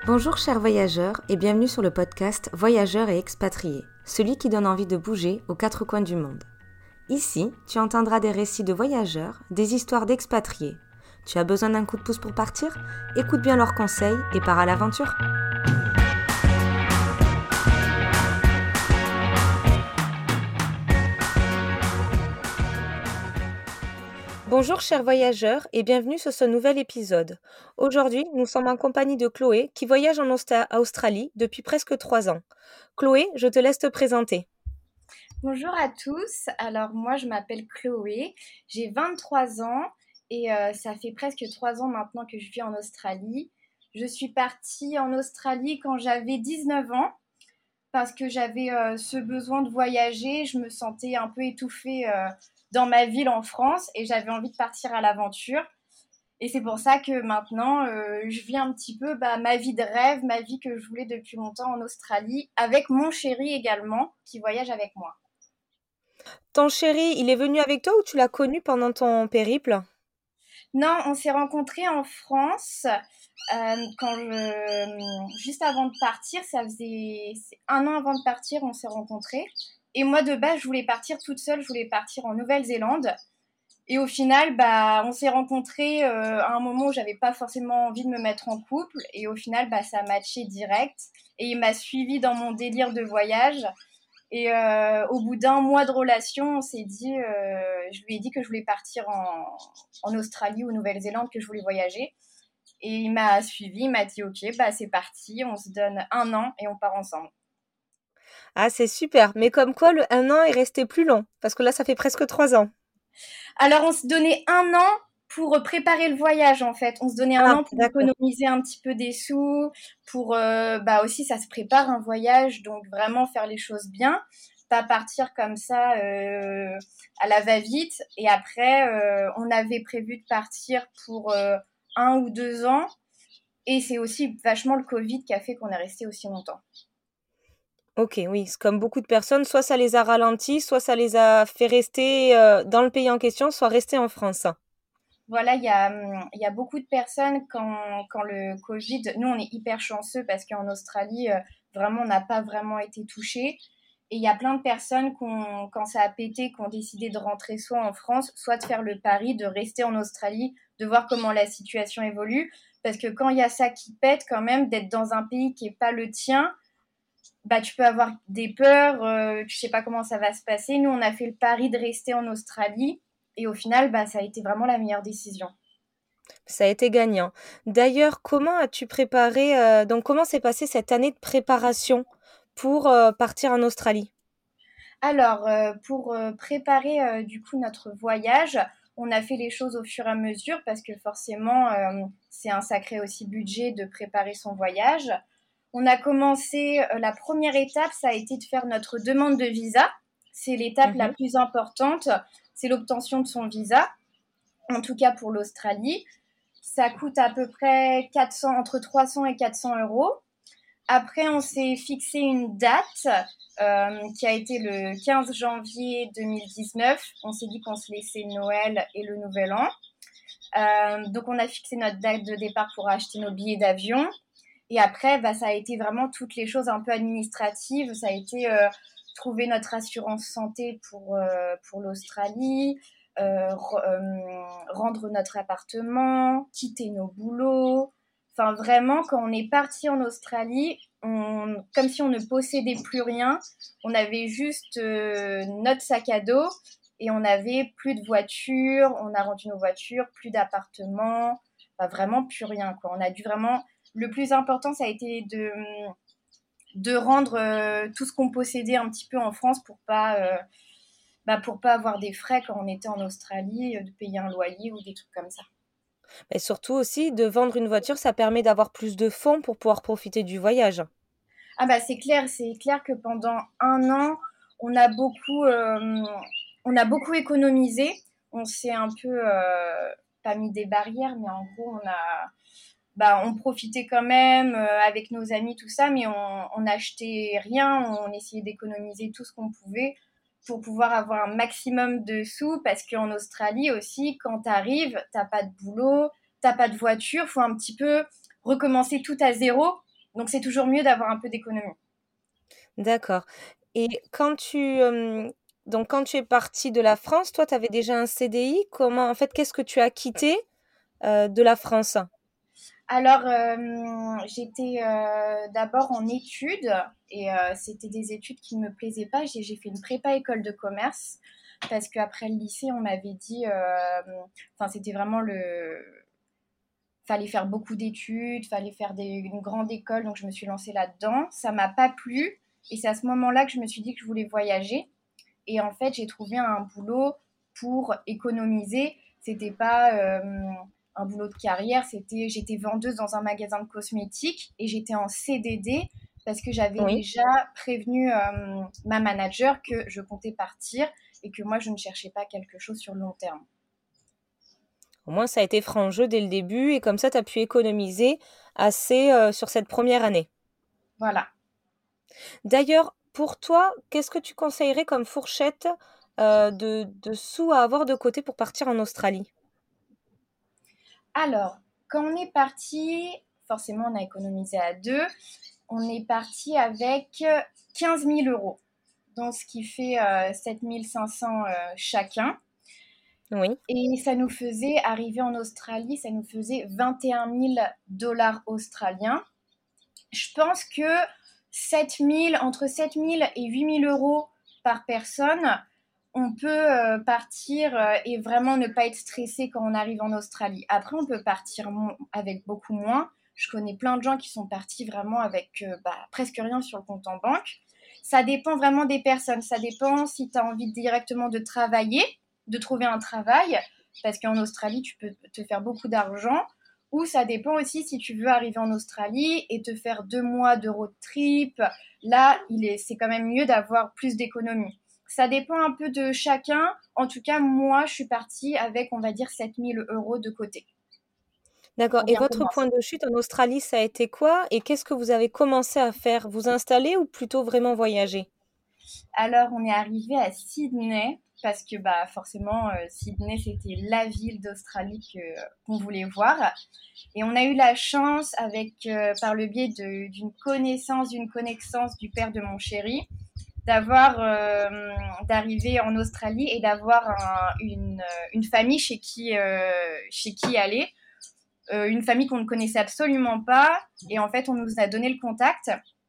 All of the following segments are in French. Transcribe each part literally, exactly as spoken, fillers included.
Bonjour chers voyageurs et bienvenue sur le podcast Voyageurs et expatriés, celui qui donne envie de bouger aux quatre coins du monde. Ici, tu entendras des récits de voyageurs, des histoires d'expatriés. Tu as besoin d'un coup de pouce pour partir ? Écoute bien leurs conseils et pars à l'aventure. Bonjour chers voyageurs et bienvenue sur ce nouvel épisode. Aujourd'hui, nous sommes en compagnie de Chloé qui voyage en Austa- Australie depuis presque trois ans. Chloé, je te laisse te présenter. Bonjour à tous, alors moi je m'appelle Chloé, j'ai vingt-trois ans et euh, ça fait presque trois ans maintenant que je vis en Australie. Je suis partie en Australie quand j'avais dix-neuf ans parce que j'avais euh, ce besoin de voyager, je me sentais un peu étouffée euh, dans ma ville en France et j'avais envie de partir à l'aventure. Et c'est pour ça que maintenant euh, je vis un petit peu bah, ma vie de rêve, ma vie que je voulais depuis longtemps en Australie, avec mon chéri également qui voyage avec moi. Ton chéri, il est venu avec toi ou tu l'as connu pendant ton périple ? Non, on s'est rencontrés en France euh, quand je, juste avant de partir. Ça faisait c'est un an avant de partir, on s'est rencontrés. Et moi, de base, je voulais partir toute seule. Je voulais partir en Nouvelle-Zélande. Et au final, bah, on s'est rencontrés euh, à un moment où j'avais pas forcément envie de me mettre en couple. Et au final, bah, ça a matché direct. Et il m'a suivi dans mon délire de voyage. Et euh, au bout d'un mois de relation, on s'est dit, euh, je lui ai dit que je voulais partir en, en Australie ou Nouvelle-Zélande, que je voulais voyager. Et il m'a suivi, il m'a dit, ok, bah c'est parti, on se donne un an et on part ensemble. Ah, c'est super, mais comme quoi le un an est resté plus long, parce que là, ça fait presque trois ans. Alors on se donnait un an pour préparer le voyage en fait. On se donnait un Ah, an pour d'accord. économiser un petit peu des sous, pour euh, bah aussi ça se prépare un voyage, donc vraiment faire les choses bien, pas partir comme ça euh, à la va-vite. Et après, euh, on avait prévu de partir pour euh, un ou deux ans, et c'est aussi vachement le Covid qui a fait qu'on est resté aussi longtemps. Ok, oui, c'est comme beaucoup de personnes, soit ça les a ralentis, soit ça les a fait rester euh, dans le pays en question, soit rester en France. Voilà, il y a, hum, il y a beaucoup de personnes quand, quand le Covid, nous on est hyper chanceux parce qu'en Australie, euh, vraiment on n'a pas vraiment été touchés. Et il y a plein de personnes qui ont, quand ça a pété, qui ont décidé de rentrer soit en France, soit de faire le pari de rester en Australie, de voir comment la situation évolue. Parce que quand il y a ça qui pète quand même, d'être dans un pays qui n'est pas le tien, bah tu peux avoir des peurs, euh, tu sais pas comment ça va se passer. Nous on a fait le pari de rester en Australie et au final, bah ça a été vraiment la meilleure décision. Ça a été gagnant. D'ailleurs, comment as-tu préparé, euh, donc comment s'est passée cette année de préparation pour euh, partir en Australie? Alors, euh, pour euh, préparer euh, du coup notre voyage, on a fait les choses au fur et à mesure parce que forcément, euh, c'est un sacré aussi budget de préparer son voyage. On a commencé, euh, la première étape, ça a été de faire notre demande de visa. C'est l'étape la Mhm. plus importante, c'est l'obtention de son visa, en tout cas pour l'Australie. Ça coûte à peu près quatre cents, entre trois cents et quatre cents euros. Après, on s'est fixé une date euh, qui a été le quinze janvier deux mille dix-neuf. On s'est dit qu'on se laissait Noël et le Nouvel An. Euh, donc, on a fixé notre date de départ pour acheter nos billets d'avion. Et après, bah, ça a été vraiment toutes les choses un peu administratives. Ça a été euh, trouver notre assurance santé pour, euh, pour l'Australie, euh, re- euh, rendre notre appartement, quitter nos boulots. Enfin, vraiment, quand on est parti en Australie, on, comme si on ne possédait plus rien. On avait juste euh, notre sac à dos et on n'avait plus de voiture. On a rendu nos voitures, plus d'appartement. Enfin, vraiment plus rien, quoi. On a dû vraiment le plus important, ça a été de, de rendre euh, tout ce qu'on possédait un petit peu en France pour pas, euh, bah, pour pas avoir des frais quand on était en Australie, euh, de payer un loyer ou des trucs comme ça. Et surtout aussi, de vendre une voiture, ça permet d'avoir plus de fonds pour pouvoir profiter du voyage. Ah bah c'est clair, c'est clair que pendant un an, on a beaucoup, euh, on a beaucoup économisé. On s'est un peu euh, pas mis des barrières, mais en gros, on a, bah, on profitait quand même euh, avec nos amis, tout ça, mais on, on n'achetait rien, on essayait d'économiser tout ce qu'on pouvait pour pouvoir avoir un maximum de sous, parce qu'en Australie aussi, quand t'arrives, t'as pas de boulot, t'as pas de voiture, faut un petit peu recommencer tout à zéro. Donc, c'est toujours mieux d'avoir un peu d'économie. D'accord. Et quand tu, hem, donc quand tu es partie de la France, toi, tu avais déjà un C D I? Comment en fait, qu'est-ce que tu as quitté, heu, de la France? Alors, euh, j'étais euh, d'abord en études et euh, c'était des études qui ne me plaisaient pas. J'ai, j'ai fait une prépa école de commerce parce qu'après le lycée, on m'avait dit, euh, enfin, c'était vraiment le, fallait faire beaucoup d'études, fallait faire des, une grande école, donc je me suis lancée là-dedans. Ça m'a pas plu et c'est à ce moment-là que je me suis dit que je voulais voyager. Et en fait, j'ai trouvé un boulot pour économiser. C'était pas euh, un boulot de carrière, c'était j'étais vendeuse dans un magasin de cosmétiques et j'étais en C D D parce que j'avais Oui. déjà prévenu euh, ma manager que je comptais partir et que moi je ne cherchais pas quelque chose sur le long terme. Au moins, ça a été franc jeu dès le début et comme ça, tu as pu économiser assez, heu, sur cette première année. Voilà. D'ailleurs, pour toi, qu'est-ce que tu conseillerais comme fourchette, heu, de de sous à avoir de côté pour partir en Australie? Alors, quand on est parti, forcément on a économisé à deux, on est parti avec quinze mille euros, donc ce qui fait euh, sept mille cinq cents euh, chacun. Oui. Et ça nous faisait, arriver en Australie, ça nous faisait vingt et un mille dollars australiens. Je pense que sept mille, entre sept mille et huit mille euros par personne, on peut euh, partir euh, et vraiment ne pas être stressé quand on arrive en Australie. Après, on peut partir mo- avec beaucoup moins. Je connais plein de gens qui sont partis vraiment avec euh, bah, presque rien sur le compte en banque. Ça dépend vraiment des personnes. Ça dépend si tu as envie directement de travailler, de trouver un travail, parce qu'en Australie, tu peux te faire beaucoup d'argent. Ou ça dépend aussi si tu veux arriver en Australie et te faire deux mois de road trip. Là, il est, c'est quand même mieux d'avoir plus d'économies. Ça dépend un peu de chacun. En tout cas, moi, je suis partie avec, on va dire, sept mille euros de côté D'accord pour et bien votre point commencer. de chute en Australie, ça a été quoi? Et qu'est-ce que vous avez commencé à faire? Vous installer ou plutôt vraiment voyager? Alors, on est arrivé à Sydney parce que bah, forcément, euh, Sydney, c'était la ville d'Australie que, qu'on voulait voir. Et on a eu la chance, avec, euh, par le biais de, d'une connaissance, d'une connaissance du père de mon chéri, d'avoir euh, d'arriver en Australie et d'avoir un, une, une famille chez qui euh, chez qui aller, euh, une famille qu'on ne connaissait absolument pas et en fait on nous a donné le contact.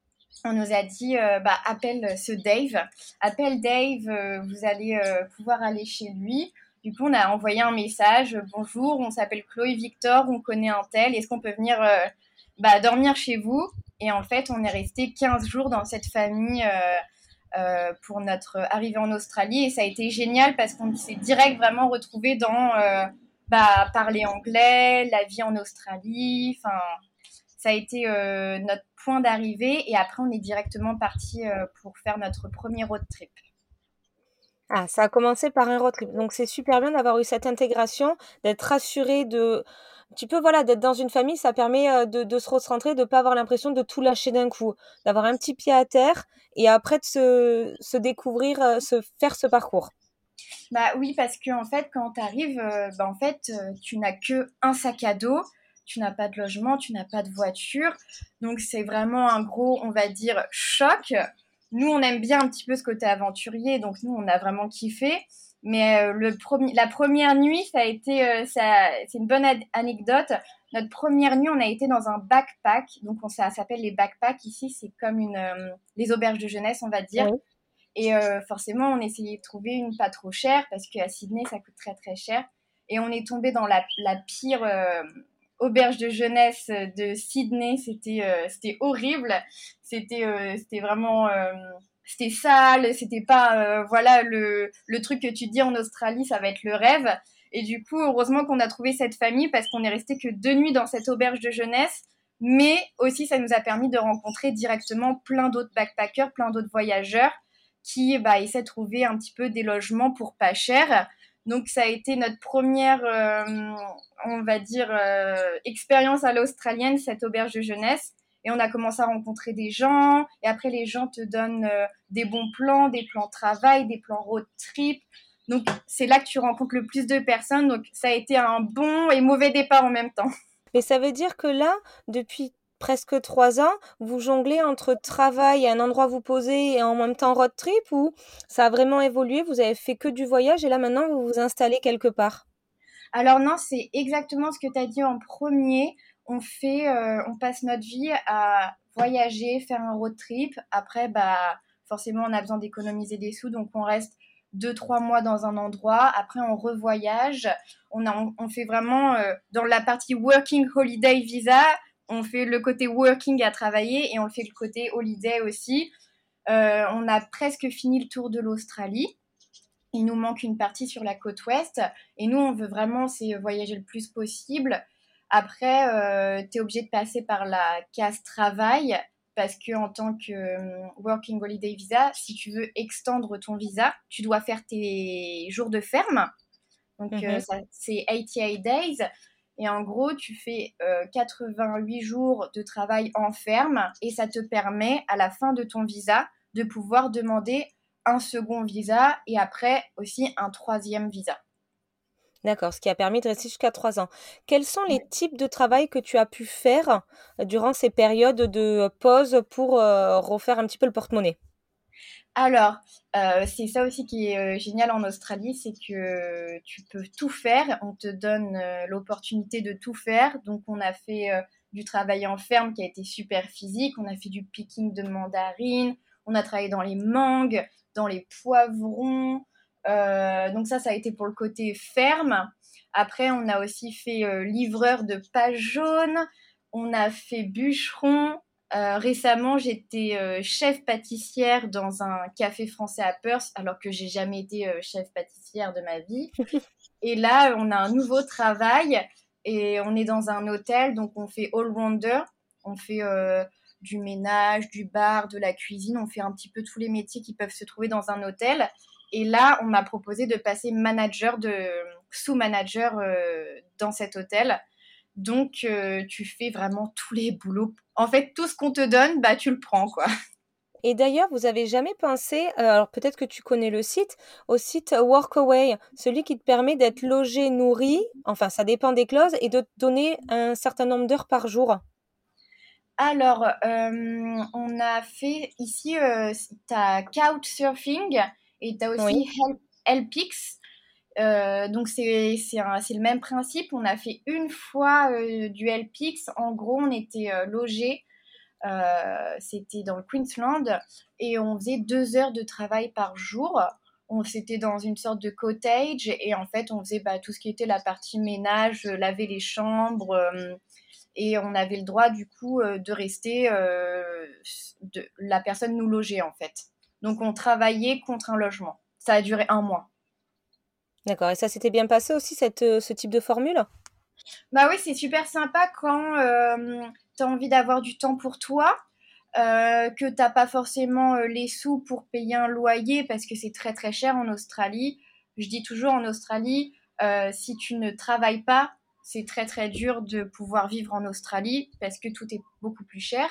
On nous a dit euh, bah appelle ce Dave, appelle Dave, euh, vous allez euh, pouvoir aller chez lui. Du coup, on a envoyé un message. Bonjour, on s'appelle Chloé Victor, on connaît un tel. Est-ce qu'on peut venir euh, bah, dormir chez vous? Et en fait, on est resté quinze jours dans cette famille euh, euh, pour notre arrivée en Australie et ça a été génial parce qu'on s'est direct vraiment retrouvé dans euh, bah, parler anglais, la vie en Australie, enfin ça a été euh, notre point d'arrivée et après on est directement parti euh, pour faire notre premier road trip. Ah, ça a commencé par un road trip. Donc c'est super bien d'avoir eu cette intégration, d'être rassuré de tu peux voilà, d'être dans une famille, ça permet, heu, de de se recentrer, de pas avoir l'impression de tout lâcher d'un coup, d'avoir un petit pied à terre et après de se se découvrir, heu, se faire ce parcours. Bah oui parce que en fait quand tu arrives, euh, bah, en fait euh, tu n'as que un sac à dos, tu n'as pas de logement, tu n'as pas de voiture, donc c'est vraiment un gros on va dire choc. Nous on aime bien un petit peu ce côté aventurier, donc nous on a vraiment kiffé. Mais euh, le premier, la première nuit, ça a été, euh, ça, c'est une bonne ad- anecdote. Notre première nuit, on a été dans un backpack. Donc, on, ça s'appelle les backpacks ici. C'est comme une, euh, les auberges de jeunesse, on va dire. Oui. Et euh, forcément, on essayait de trouver une pas trop chère parce qu'à Sydney, ça coûte très très cher. Et on est tombé dans la, la pire euh, auberge de jeunesse de Sydney. C'était euh, c'était horrible. C'était euh, c'était vraiment euh, c'était sale. C'était pas euh, voilà le le truc que tu dis en Australie, ça va être le rêve. Et du coup, heureusement qu'on a trouvé cette famille parce qu'on est resté que deux nuits dans cette auberge de jeunesse. Mais aussi, ça nous a permis de rencontrer directement plein d'autres backpackers, plein d'autres voyageurs qui bah, essaie de trouver un petit peu des logements pour pas cher. Donc ça a été notre première, euh, on va dire, euh, expérience à l'australienne, cette auberge de jeunesse. Et on a commencé à rencontrer des gens. Et après, les gens te donnent euh, des bons plans, des plans travail, des plans road trip. Donc c'est là que tu rencontres le plus de personnes. Donc ça a été un bon et mauvais départ en même temps. Mais ça veut dire que là, depuis presque trois ans, vous jonglez entre travail et un endroit où vous posez et en même temps road trip ou ça a vraiment évolué, vous avez fait que du voyage et là maintenant vous vous installez quelque part? Alors non, c'est exactement ce que tu as dit en premier. On fait, euh, on passe notre vie à voyager, faire un road trip. Après, bah, forcément, on a besoin d'économiser des sous, donc on reste deux, trois mois dans un endroit. Après, on revoyage. On, a, on, on fait vraiment, euh, dans la partie Working Holiday Visa, on fait le côté working à travailler et on fait le côté holiday aussi. Euh, on a presque fini le tour de l'Australie. Il nous manque une partie sur la côte ouest. Et nous, on veut vraiment c'est voyager le plus possible. Après, euh, tu es obligé de passer par la case travail parce que en tant que euh, Working Holiday Visa, si tu veux extendre ton visa, tu dois faire tes jours de ferme. Donc, euh, Mhm. ça, c'est quatre-vingt-dix days. Et en gros, tu fais euh, quatre-vingt-huit jours de travail en ferme et ça te permet, à la fin de ton visa, de pouvoir demander un second visa et après aussi un troisième visa. D'accord, ce qui a permis de rester jusqu'à trois ans. Quels sont les types de travail que tu as pu faire euh, durant ces périodes de pause pour euh, refaire un petit peu le porte-monnaie? Alors, euh, c'est ça aussi qui est euh, génial en Australie, c'est que tu peux tout faire. On te donne euh, l'opportunité de tout faire. Donc, on a fait euh, du travail en ferme qui a été super physique. On a fait du picking de mandarines. On a travaillé dans les mangues, dans les poivrons. Euh, donc ça, ça a été pour le côté ferme. Après, on a aussi fait euh, livreur de pages jaunes. On a fait bûcheron. Euh, récemment, j'étais euh, chef pâtissière dans un café français à Perth, alors que j'ai jamais été euh, chef pâtissière de ma vie. Et là, on a un nouveau travail et on est dans un hôtel, donc on fait all-rounder. On fait euh, du ménage, du bar, de la cuisine. On fait un petit peu tous les métiers qui peuvent se trouver dans un hôtel. Et là, on m'a proposé de passer manager de sous-manager euh, dans cet hôtel. Donc, euh, tu fais vraiment tous les boulots. En fait, tout ce qu'on te donne, bah, tu le prends, quoi. Et d'ailleurs, vous avez jamais pensé, euh, alors peut-être que tu connais le site, au site Workaway, celui qui te permet d'être logé, nourri, enfin ça dépend des clauses, et de te donner un certain nombre d'heures par jour. Alors, euh, on a fait ici, euh, tu as Couchsurfing et tu as aussi Oui. Help, Helpix. Euh, donc, c'est c'est un- c'est le même principe. On a fait une fois euh, du Helpix. En gros, on était euh, logé. Euh, c'était dans le Queensland et on faisait deux heures de travail par jour. On C'était dans une sorte de cottage et en fait on faisait bah, tout ce qui était la partie ménage, euh, laver les chambres euh, et on avait le droit du coup euh, de rester, euh, de, la personne nous logeait en fait. Donc on travaillait contre un logement. Ça a duré un mois. D'accord. Et ça s'était bien passé aussi, cette, euh, ce type de formule? Bah oui, c'est super sympa quand euh, tu as envie d'avoir du temps pour toi, euh, que t'as pas forcément euh, les sous pour payer un loyer parce que c'est très très cher en Australie. Je dis toujours en Australie, euh, si tu ne travailles pas, c'est très très dur de pouvoir vivre en Australie parce que tout est beaucoup plus cher.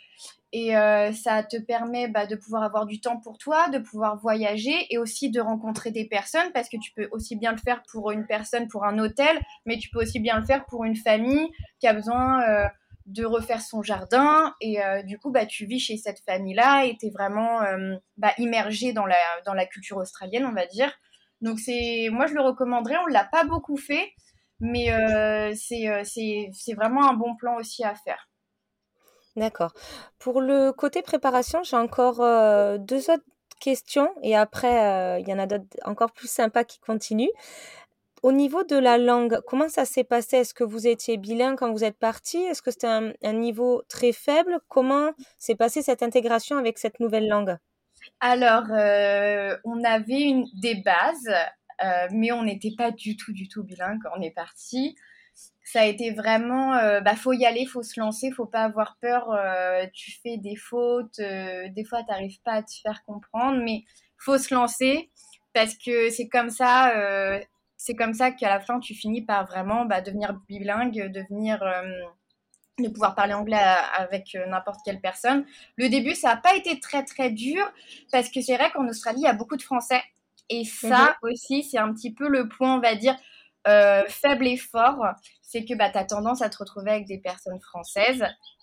Et euh, ça te permet bah, de pouvoir avoir du temps pour toi, de pouvoir voyager et aussi de rencontrer des personnes parce que tu peux aussi bien le faire pour une personne, pour un hôtel, mais tu peux aussi bien le faire pour une famille qui a besoin euh, de refaire son jardin. Et euh, du coup, bah, tu vis chez cette famille-là et tu es vraiment euh, bah, immergé dans la, dans la culture australienne, on va dire. Donc, c'est, moi, je le recommanderais. On ne l'a pas beaucoup fait, mais euh, c'est, euh, c'est, c'est vraiment un bon plan aussi à faire. D'accord. Pour le côté préparation, j'ai encore euh, deux autres questions et après, euh, il y en a d'autres encore plus sympas qui continuent. Au niveau de la langue, comment ça s'est passé? Est-ce que vous étiez bilingue quand vous êtes parti? Est-ce que c'était un, un niveau très faible? Comment s'est passée cette intégration avec cette nouvelle langue? Alors, euh, on avait une, des bases, euh, mais on n'était pas du tout, du tout bilingue quand on est parti. Ça a été vraiment, euh, bah, faut y aller, faut se lancer, faut pas avoir peur. Euh, tu fais des fautes, euh, des fois, t'arrives pas à te faire comprendre, mais faut se lancer parce que c'est comme ça, euh, c'est comme ça qu'à la fin, tu finis par vraiment bah, devenir bilingue, devenir euh, de pouvoir parler anglais avec euh, n'importe quelle personne. Le début, ça n'a pas été très très dur parce que c'est vrai qu'en Australie, il y a beaucoup de Français. Et Mhm. ça aussi, c'est un petit peu le point, on va dire, euh, faible et fort. C'est que bah, tu as tendance à te retrouver avec des personnes françaises.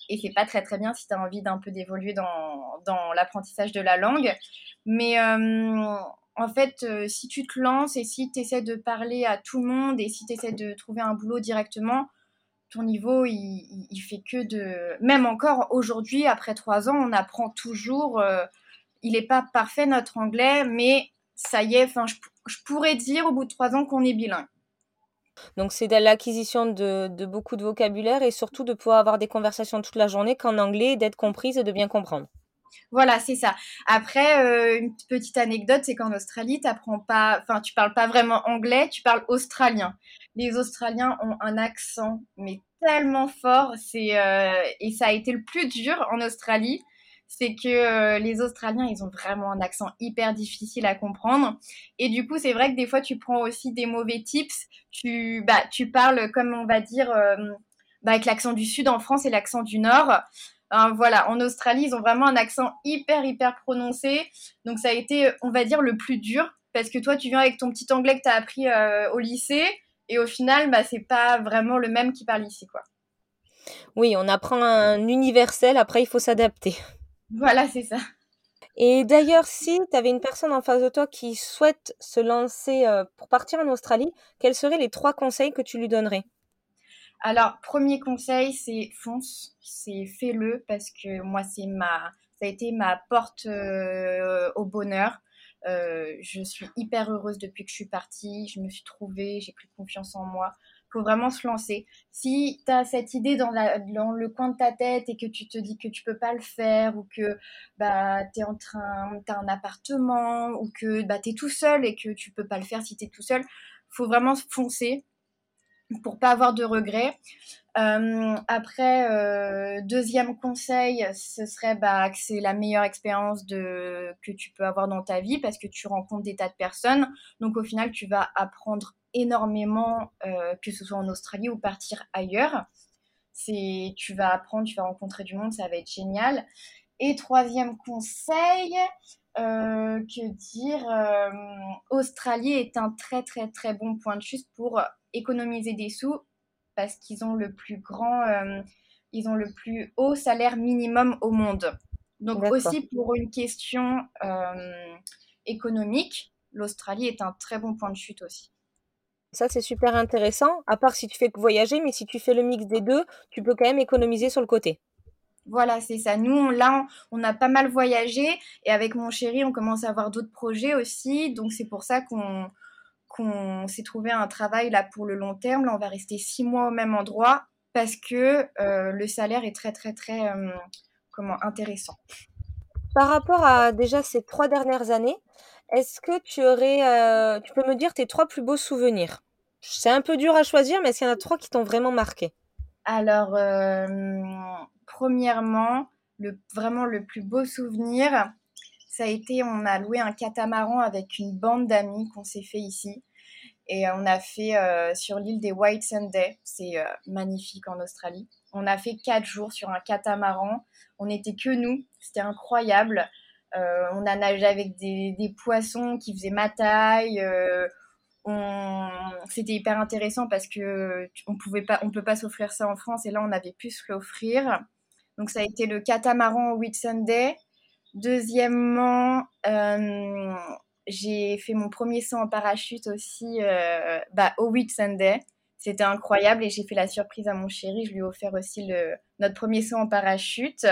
Et c'est pas très très bien si tu as envie d'un peu d'évoluer dans, dans l'apprentissage de la langue. Mais euh, en fait, euh, si tu te lances et si tu essaies de parler à tout le monde et si tu essaies de trouver un boulot directement, ton niveau, il, il, il fait que de... Même encore aujourd'hui, après trois ans, on apprend toujours. Euh, il n'est pas parfait notre anglais, mais ça y est, enfin, je, je pourrais dire au bout de trois ans qu'on est bilingue. Donc c'est de l'acquisition de, de beaucoup de vocabulaire et surtout de pouvoir avoir des conversations toute la journée qu'en anglais, d'être comprise et de bien comprendre. Voilà, c'est ça. Après, euh, une petite anecdote, c'est qu'en Australie, t'apprends pas, enfin, tu parles pas vraiment anglais, tu parles australien. Les Australiens ont un accent, mais tellement fort, c'est euh, et ça a été le plus dur en Australie, c'est que euh, les Australiens, ils ont vraiment un accent hyper difficile à comprendre. Et du coup, c'est vrai que des fois, tu prends aussi des mauvais tips. Tu, bah, tu parles comme on va dire, euh, bah, avec l'accent du sud en France et l'accent du nord. Hein, voilà, en Australie, ils ont vraiment un accent hyper, hyper prononcé. Donc, ça a été, on va dire, le plus dur. Parce que toi, tu viens avec ton petit anglais que tu as appris euh, au lycée. Et au final, bah, c'est pas vraiment le même qui parle ici, quoi. Oui, on apprend un universel, après il faut s'adapter. Voilà, c'est ça. Et d'ailleurs, si tu avais une personne en face de toi qui souhaite se lancer euh, pour partir en Australie, quels seraient les trois conseils que tu lui donnerais? Alors, premier conseil, c'est fonce, c'est fais-le parce que moi, c'est ma, ça a été ma porte euh, au bonheur. Euh, je suis hyper heureuse depuis que je suis partie. Je me suis trouvée, j'ai pris confiance en moi. Faut vraiment se lancer. Si tu as cette idée dans, la, dans le coin de ta tête et que tu te dis que tu peux pas le faire ou que bah, tu es en train, t'as un appartement ou que bah, tu es tout seul et que tu peux pas le faire si tu es tout seul, faut vraiment foncer pour pas avoir de regrets. Euh, après, euh, deuxième conseil, ce serait bah, que c'est la meilleure expérience de, que tu peux avoir dans ta vie parce que tu rencontres des tas de personnes. Donc au final, tu vas apprendre énormément, euh, que ce soit en Australie ou partir ailleurs. C'est, tu vas apprendre, tu vas rencontrer du monde, ça va être génial. Et troisième conseil, euh, que dire, euh, Australie est un très très très bon point de chute pour économiser des sous parce qu'ils ont le plus grand, euh, ils ont le plus haut salaire minimum au monde. Donc D'accord. aussi pour une question euh, économique, l'Australie est un très bon point de chute aussi. Ça, c'est super intéressant, à part si tu fais que voyager, mais si tu fais le mix des deux, tu peux quand même économiser sur le côté. Voilà, c'est ça. Nous, on, là, on, on a pas mal voyagé et avec mon chéri, on commence à avoir d'autres projets aussi. Donc c'est pour ça qu'on qu'on s'est trouvé un travail là pour le long terme. Là, on va rester six mois au même endroit parce que euh, le salaire est très très très euh, comment intéressant. Par rapport à déjà ces trois dernières années, est-ce que tu aurais, heu, tu peux me dire tes trois plus beaux souvenirs? C'est un peu dur à choisir, mais est-ce qu'il y en a trois qui t'ont vraiment marqué? Alors, euh, premièrement, le, vraiment le plus beau souvenir, ça a été, on a loué un catamaran avec une bande d'amis qu'on s'est fait ici. Et on a fait euh, sur l'île des White Sunday, c'est euh, magnifique en Australie. On a fait quatre jours sur un catamaran. On n'était que nous, c'était incroyable. Euh, on a nagé avec des, des poissons qui faisaient ma taille. Euh, on... C'était hyper intéressant parce que on pouvait pas, on peut pas s'offrir ça en France et là on avait pu se l'offrir. Donc ça a été le catamaran Whitsunday. Deuxièmement, euh, j'ai fait mon premier saut en parachute aussi euh, bah, au Whitsunday. C'était incroyable et j'ai fait la surprise à mon chéri. Je lui ai offert aussi le, notre premier saut en parachute.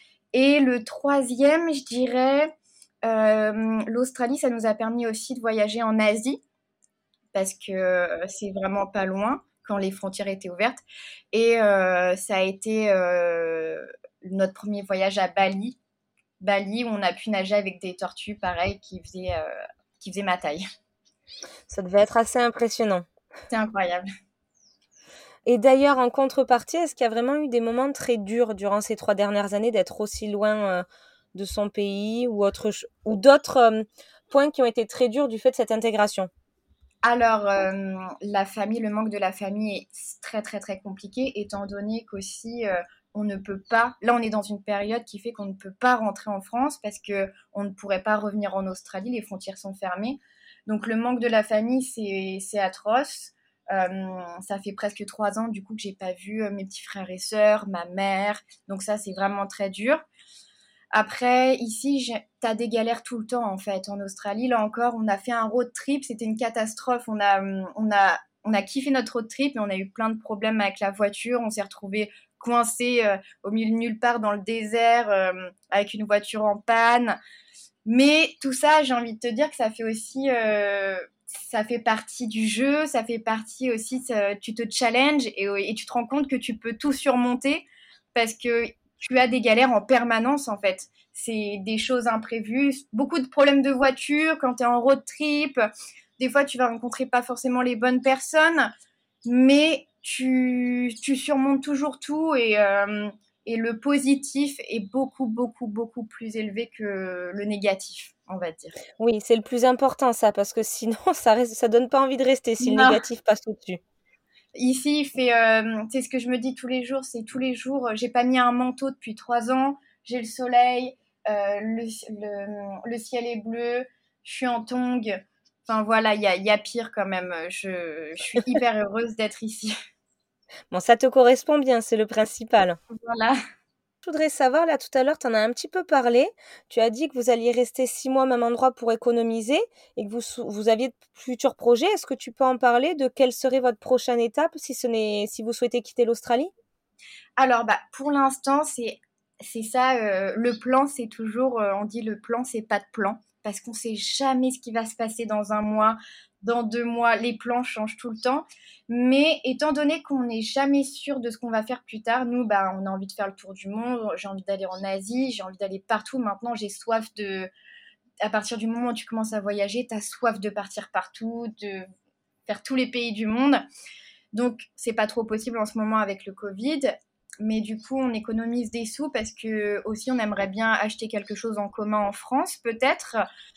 Et le troisième, je dirais, euh, l'Australie, ça nous a permis aussi de voyager en Asie parce que euh, c'est vraiment pas loin quand les frontières étaient ouvertes. Et euh, ça a été euh, notre premier voyage à Bali. Bali, où on a pu nager avec des tortues, pareil, qui faisaient, euh, qui faisaient ma taille. Ça devait être assez impressionnant. C'est incroyable. Et d'ailleurs, en contrepartie, est-ce qu'il y a vraiment eu des moments très durs durant ces trois dernières années d'être aussi loin, heu, de son pays ou autre ch ou d'autres, hem, points qui ont été très durs du fait de cette intégration? Alors, euh, la famille, le manque de la famille est très, très, très compliqué, étant donné qu'aussi, euh, on ne peut pas. Là, on est dans une période qui fait qu'on ne peut pas rentrer en France parce que on ne pourrait pas revenir en Australie, les frontières sont fermées. Donc, le manque de la famille, c'est, c'est atroce. Euh, ça fait presque trois ans du coup que j'ai pas vu euh, mes petits frères et sœurs, ma mère. Donc ça, c'est vraiment très dur. Après, ici, j'ai... t'as des galères tout le temps en fait. En Australie, là encore, on a fait un road trip, c'était une catastrophe. On a, on a, on a kiffé notre road trip, mais on a eu plein de problèmes avec la voiture. On s'est retrouvé coincé euh, au milieu de nulle part dans le désert euh, avec une voiture en panne. Mais tout ça, j'ai envie de te dire que ça fait aussi, euh, ça fait partie du jeu, ça fait partie aussi, ça, tu te challenges et, et tu te rends compte que tu peux tout surmonter parce que tu as des galères en permanence en fait. C'est des choses imprévues, beaucoup de problèmes de voiture quand tu es en road trip. Des fois, tu vas rencontrer pas forcément les bonnes personnes, mais tu, tu surmontes toujours tout et, euh, et le positif est beaucoup, beaucoup, beaucoup plus élevé que le négatif, on va dire. Oui, c'est le plus important ça, parce que sinon ça reste, ça donne pas envie de rester si le Non. négatif passe au-dessus. Ici, il fait, euh, c'est ce que je me dis tous les jours, c'est tous les jours, euh, j'ai pas mis un manteau depuis trois ans, j'ai le soleil, euh, le, le, le ciel est bleu, je suis en tongs. Enfin voilà, il y a, y a pire quand même. Je, je suis hyper heureuse d'être ici. Bon, ça te correspond bien, c'est le principal. Voilà. Je voudrais savoir, là, tout à l'heure, tu en as un petit peu parlé. Tu as dit que vous alliez rester six mois au même endroit pour économiser et que vous, sou- vous aviez de futurs projets. Est-ce que tu peux en parler de quelle serait votre prochaine étape si ce n'est, si vous souhaitez quitter l'Australie? Alors, bah, pour l'instant, c'est, c'est ça. Euh, le plan, c'est toujours, euh, on dit le plan, c'est pas de plan. Parce qu'on sait jamais ce qui va se passer dans un mois, dans deux mois. Les plans changent tout le temps. Mais étant donné qu'on n'est jamais sûr de ce qu'on va faire plus tard, nous, bah, on a envie de faire le tour du monde. J'ai envie d'aller en Asie, j'ai envie d'aller partout. Maintenant, j'ai soif de. À partir du moment où tu commences à voyager, tu as soif de partir partout, de faire tous les pays du monde. Donc, c'est pas trop possible en ce moment avec le Covid. Mais du coup, on économise des sous parce que aussi, on aimerait bien acheter quelque chose en commun en France, peut-être.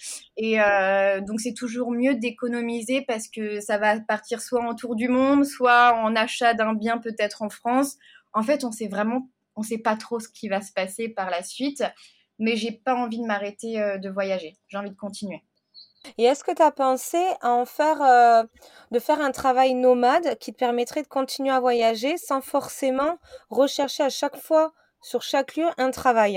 Et euh, donc, c'est toujours mieux d'économiser parce que ça va partir soit en tour du monde, soit en achat d'un bien peut-être en France. En fait, on sait vraiment, on sait pas trop ce qui va se passer par la suite. Mais j'ai pas envie de m'arrêter euh, de voyager. J'ai envie de continuer. Et est-ce que tu as pensé à en faire, euh, de faire un travail nomade qui te permettrait de continuer à voyager sans forcément rechercher à chaque fois, sur chaque lieu, un travail?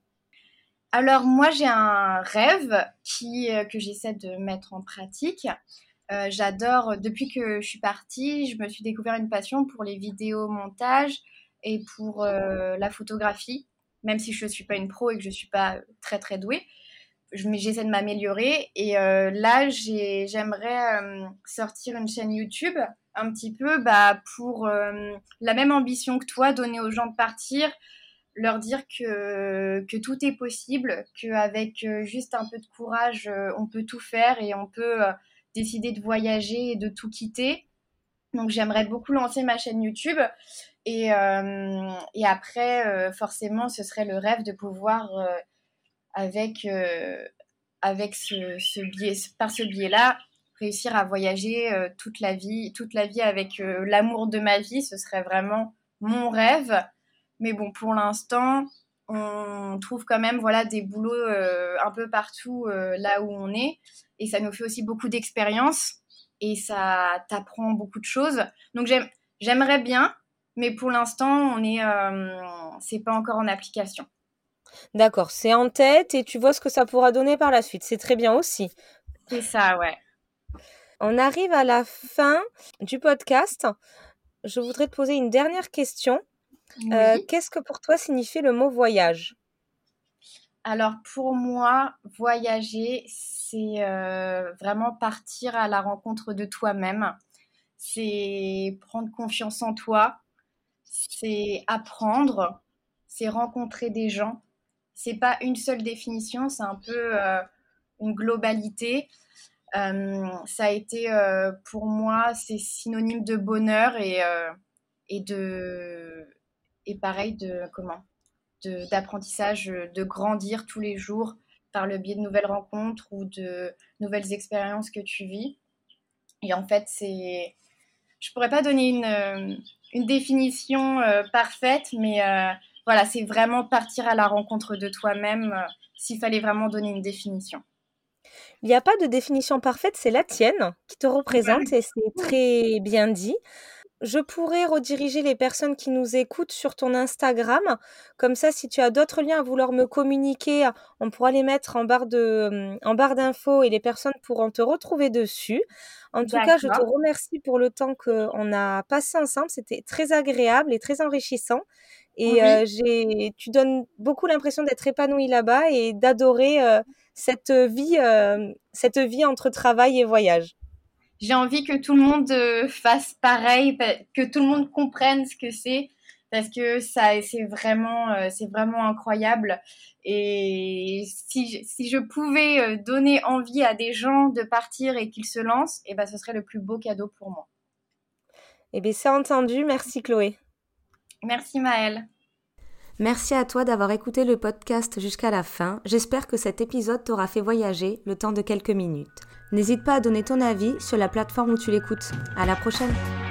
Alors moi j'ai un rêve qui, euh, que j'essaie de mettre en pratique. Euh, j'adore, depuis que je suis partie, je me suis découvert une passion pour les vidéos montages et pour euh, la photographie, même si je ne suis pas une pro et que je ne suis pas très très douée. Je, mais j'essaie de m'améliorer et euh, là j'ai, j'aimerais euh, sortir une chaîne YouTube un petit peu bah, pour euh, la même ambition que toi, donner aux gens de partir, leur dire que, que tout est possible, qu'avec euh, juste un peu de courage, euh, on peut tout faire et on peut euh, décider de voyager et de tout quitter. Donc j'aimerais beaucoup lancer ma chaîne YouTube et, euh, et après, euh, forcément, ce serait le rêve de pouvoir, euh, avec, euh, avec ce, ce biais, par ce biais-là, réussir à voyager euh, toute la vie, toute la vie avec euh, l'amour de ma vie. Ce serait vraiment mon rêve. Mais bon, pour l'instant, on trouve quand même voilà, des boulots euh, un peu partout euh, là où on est. Et ça nous fait aussi beaucoup d'expérience. Et ça t'apprend beaucoup de choses. Donc j'aime, j'aimerais bien, mais pour l'instant, on est, euh, c'est pas encore en application. D'accord, c'est en tête et tu vois ce que ça pourra donner par la suite. C'est très bien aussi. C'est ça, ouais. On arrive à la fin du podcast. Je voudrais te poser une dernière question. Euh, Oui. qu'est-ce que pour toi signifie le mot voyage? Alors pour moi, voyager, c'est euh, vraiment partir à la rencontre de toi-même. C'est prendre confiance en toi, c'est apprendre, c'est rencontrer des gens. C'est pas une seule définition, c'est un peu euh, une globalité. Euh, ça a été euh, pour moi, c'est synonyme de bonheur et, euh, et de et pareil de comment de, d'apprentissage, de grandir tous les jours par le biais de nouvelles rencontres ou de nouvelles expériences que tu vis. Et en fait, c'est, je pourrais pas donner une, une définition euh, parfaite, mais euh, voilà, c'est vraiment partir à la rencontre de toi-même euh, s'il fallait vraiment donner une définition. Il n'y a pas de définition parfaite, c'est la tienne qui te représente et c'est très bien dit. Je pourrais rediriger les personnes qui nous écoutent sur ton Instagram. Comme ça, si tu as d'autres liens à vouloir me communiquer, on pourra les mettre en barre de, en barre d'infos et les personnes pourront te retrouver dessus. En tout cas, je te D'accord. remercie pour le temps qu'on a passé ensemble. C'était très agréable et très enrichissant. Et Oui, euh, j'ai, tu donnes beaucoup l'impression d'être épanouie là-bas et d'adorer euh, cette vie, euh, cette vie entre travail et voyage. j'ai envie que tout le monde euh, fasse pareil, pa- que tout le monde comprenne ce que c'est, parce que ça, c'est vraiment, euh, c'est vraiment incroyable. Et si, je- si je pouvais euh, donner envie à des gens de partir et qu'ils se lancent, eh ben, ce serait le plus beau cadeau pour moi. Eh bien, c'est entendu. Merci, Chloé. Merci Maëlle. Merci à toi d'avoir écouté le podcast jusqu'à la fin. J'espère que cet épisode t'aura fait voyager le temps de quelques minutes. N'hésite pas à donner ton avis sur la plateforme où tu l'écoutes. À la prochaine!